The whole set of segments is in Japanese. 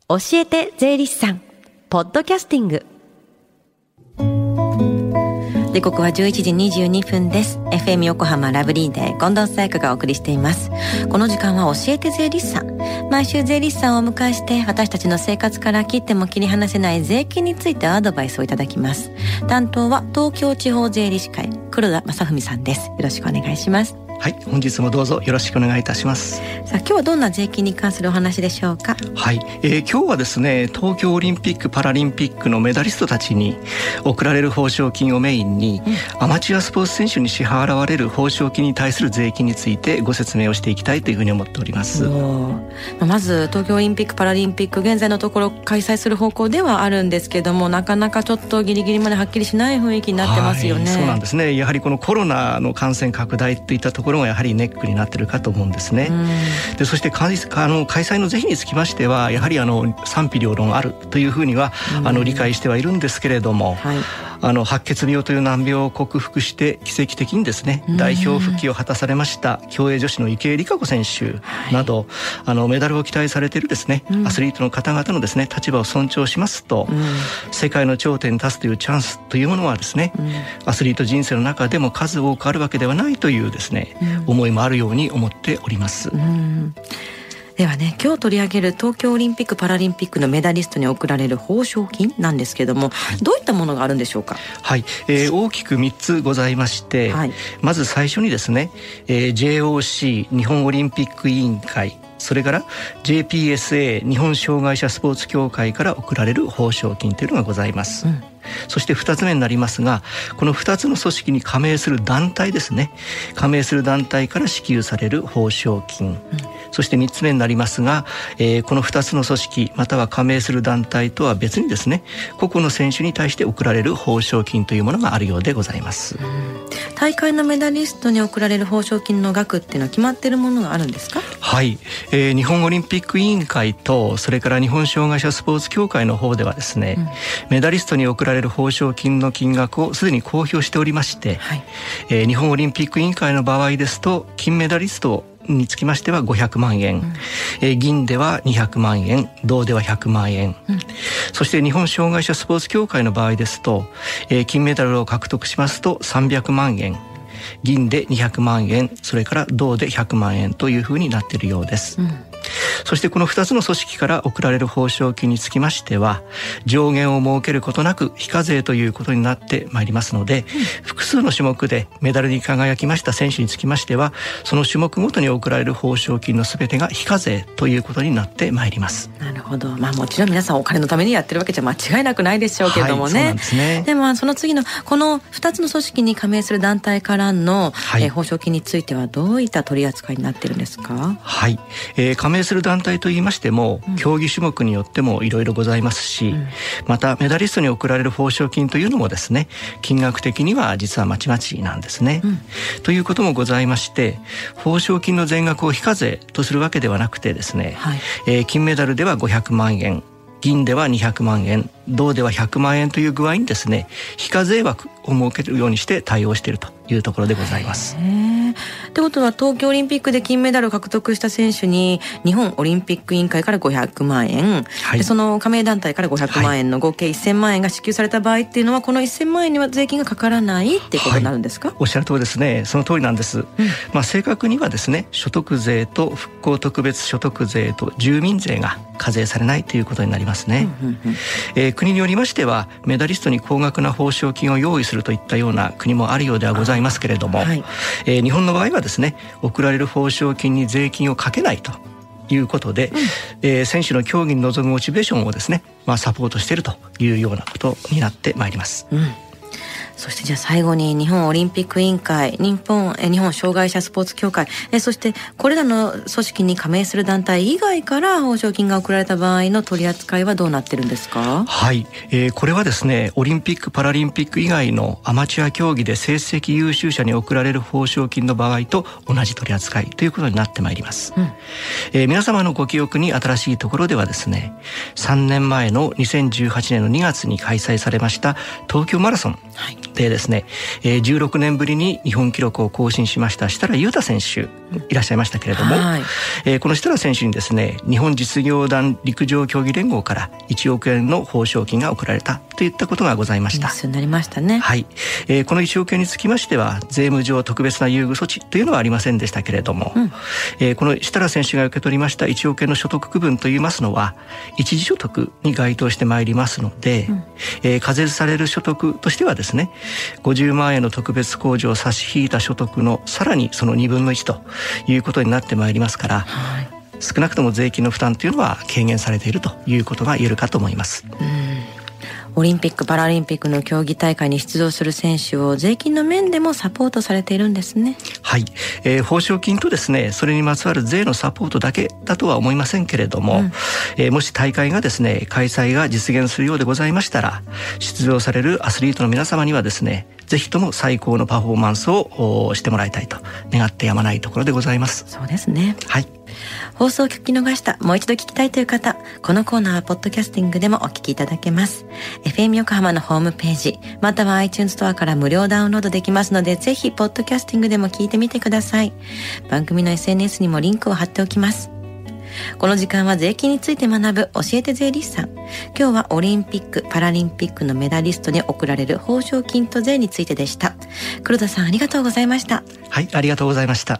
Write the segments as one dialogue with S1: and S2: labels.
S1: 教えて税理士さんポッドキャスティング。時刻は11時22分です。 FM 横浜ラブリーで近藤紗友香がお送りしています。この時間は教えて税理士さん、毎週税理士さんをお迎えして私たちの生活から切っても切り離せない税金についてアドバイスをいただきます。担当は東京地方税理士会黒田正文さんです。よろしくお願いします。
S2: はい、本日もどうぞよろしくお願いいたします。
S1: さあ、今日はどんな税金に関するお話でしょうか。
S2: はい、今日はですね、東京オリンピック・パラリンピックのメダリストたちに贈られる報奨金をメインに、アマチュアスポーツ選手に支払われる報奨金に対する税金についてご説明をしていきたいというふうに思っております。
S1: まず東京オリンピック・パラリンピック、現在のところ開催する方向ではあるんですけども、なかなかちょっとギリギリまではっきりしない雰囲気になってますよね。
S2: そうなんですね。やはりこのコロナの感染拡大といったところがやはりネックになっているかと思うんですね。で、そして開催の是非につきましてはやはり賛否両論あるというふうには理解してはいるんですけれども、白血病という難病を克服して奇跡的にですね、代表復帰を果たされました競泳女子の池江璃花子選手など、メダルを期待されているですね、アスリートの方々のですね立場を尊重しますと、世界の頂点に立つというチャンスというものはですね、アスリート人生の中でも数多くあるわけではないというですね、思いもあるように思っております。
S1: ではね、今日取り上げる東京オリンピック・パラリンピックのメダリストに贈られる報奨金なんですけども、どういったものがあるんでしょうか。
S2: はい、大きく3つございまして、まず最初にですね、JOC 日本オリンピック委員会、それから JPSA 日本障害者スポーツ協会から贈られる報奨金というのがございます。そして2つ目になりますが、この2つの組織に加盟する団体ですね、加盟する団体から支給される報奨金、そして3つ目になりますが、この2つの組織または加盟する団体とは別にですね、個々の選手に対して贈られる報奨金というものがあるようでございます。
S1: 大会のメダリストに贈られる報奨金の額っていうのは決まっているものがあるんですか。
S2: はい、日本オリンピック委員会とそれから日本障害者スポーツ協会の方ではですね、メダリストに贈られる報奨金の金額をすでに公表しておりまして、日本オリンピック委員会の場合ですと金メダリストにつきましては500万円、銀では200万円、銅では100万円、そして日本障害者スポーツ協会の場合ですと、金メダルを獲得しますと300万円、銀で200万円、それから銅で100万円というふうになっているようです。そしてこの2つの組織から贈られる報奨金につきましては、上限を設けることなく非課税ということになってまいりますので、複数の種目でメダルに輝きました選手につきましては、その種目ごとに贈られる報奨金のすべてが非課税ということになってまいります。
S1: なるほど。もちろん皆さんお金のためにやってるわけじゃ間違いなくないでしょうけれどもね。
S2: そうなんですね。
S1: でもその次のこの2つの組織に加盟する団体からの、報奨金についてはどういった取り扱いになっているんですか。
S2: はい、加盟する団体といいましても、競技種目によってもいろいろございますし、またメダリストに贈られる報奨金というのもですね、金額的には実はまちまちなんですね。ということもございまして、報奨金の全額を非課税とするわけではなくてですね、金メダルでは500万円、銀では200万円、銅では100万円という具合にですね、非課税枠を設けるようにして対応しているというところでございます。
S1: ってことは東京オリンピックで金メダルを獲得した選手に日本オリンピック委員会から500万円、でその加盟団体から500万円の合計1000万円が支給された場合っていうのは、この1000万円には税金がかからないっていうことになるんですか。
S2: おっしゃる通りですね。その通りなんです。正確にはですね、所得税と復興特別所得税と住民税が課税されないということになりますね。国によりましてはメダリストに高額な報奨金を用意するといったような国もあるようではございますけれども、日本の場合はですね、贈られる報奨金に税金をかけないということで、選手の競技に臨むモチベーションをですね、サポートしているというようなことになってまいります。
S1: そしてじゃあ最後に日本オリンピック委員会、日本障害者スポーツ協会、そしてこれらの組織に加盟する団体以外から報奨金が贈られた場合の取り扱いはどうなってるんですか。
S2: はい、これはですね、オリンピック・パラリンピック以外のアマチュア競技で成績優秀者に贈られる報奨金の場合と同じ取り扱いということになってまいります。皆様のご記憶に新しいところではですね、3年前の2018年の2月に開催されました東京マラソン、 でですね、16年ぶりに日本記録を更新しました設楽悠太選手いらっしゃいましたけれども、この設楽選手にですね、日本実業団陸上競技連合から1億円の報奨金が贈られたといったことがございました。
S1: ニュースになりましたね。
S2: はい、この1億円につきましては税務上特別な優遇措置というのはありませんでしたけれども、この設楽選手が受け取りました1億円の所得区分といいますのは一時所得に該当してまいりますので、課税される所得としてはですね、50万円の特別控除を差し引いた所得のさらにその2分の1ということになってまいりますから、少なくとも税金の負担というのは軽減されているということが言えるかと思います。
S1: オリンピック・パラリンピックの競技大会に出場する選手を税金の面でもサポートされているんですね。
S2: はい、報奨金とですね、それにまつわる税のサポートだけだとは思いませんけれども、もし大会がですね、開催が実現するようでございましたら、出場されるアスリートの皆様にはですね、ぜひとも最高のパフォーマンスをしてもらいたいと願ってやまないところでございます。
S1: そうですね。
S2: はい。
S1: 放送を聞き逃した、もう一度聞きたいという方、このコーナーはポッドキャスティングでもお聞きいただけます。FM 横浜のホームページ、または iTunes ストアから無料ダウンロードできますので、ぜひポッドキャスティングでも聞いてみてください。番組の SNS にもリンクを貼っておきます。この時間は税金について学ぶ教えて税理士さん。今日はオリンピック・パラリンピックのメダリストに贈られる報奨金と税についてでした。黒田さん、ありがとうございました。
S2: はい、ありがとうございました。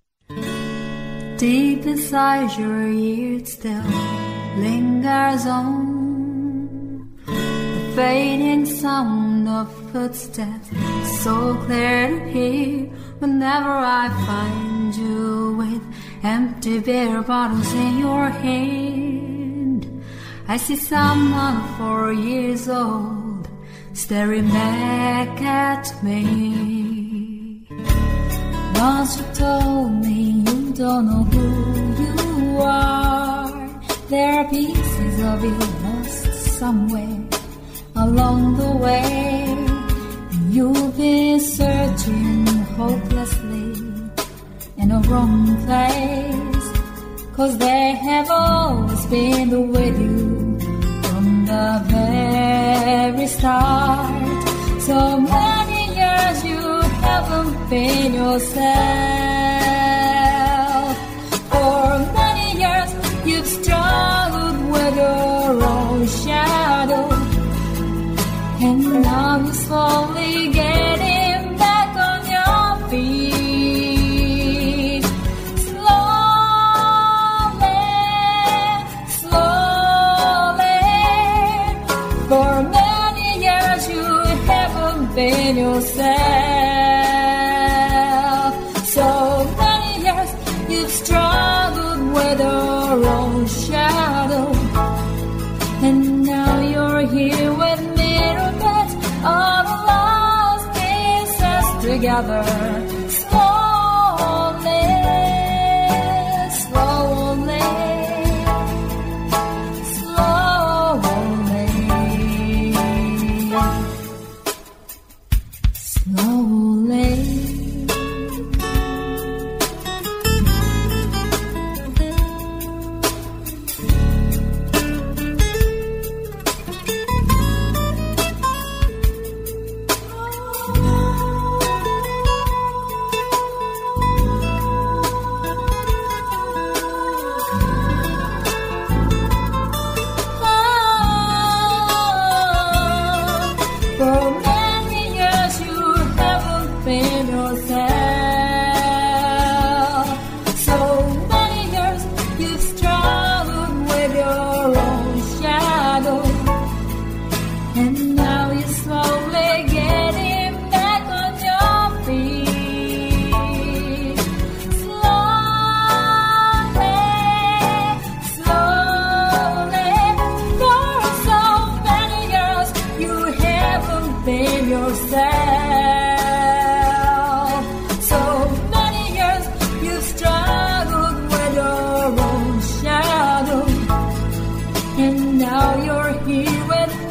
S3: Deep inside your ears still lingers on the fading sound of footsteps, so clear to hear whenever I find you with empty beer bottles in your hand. I see someone 4 years old staring back at me. Once you told me you don't know who you are. There are pieces of you lost somewhere along the way. You've been searching hopelessly in a wrong place, 'cause they have always been with you from the very start. So many years you haven't been yourself. For many years you've struggled with your own shadow, and now you're slowly getting back on your feet. Slowly, slowly. For many years you haven't been yourself. So many years you've struggled with your own shadow, and now you're here with mirror bits of lost pieces together. Slowly, slowly, slowly, slowly. For many years you haven't been yourself. So many years you've struggled with your own shadow, and now you're slowly getting back on your feet. Slowly, slowly. For so many years you haven't been yourself. So many years you've struggled with your own shadow, and now you're here with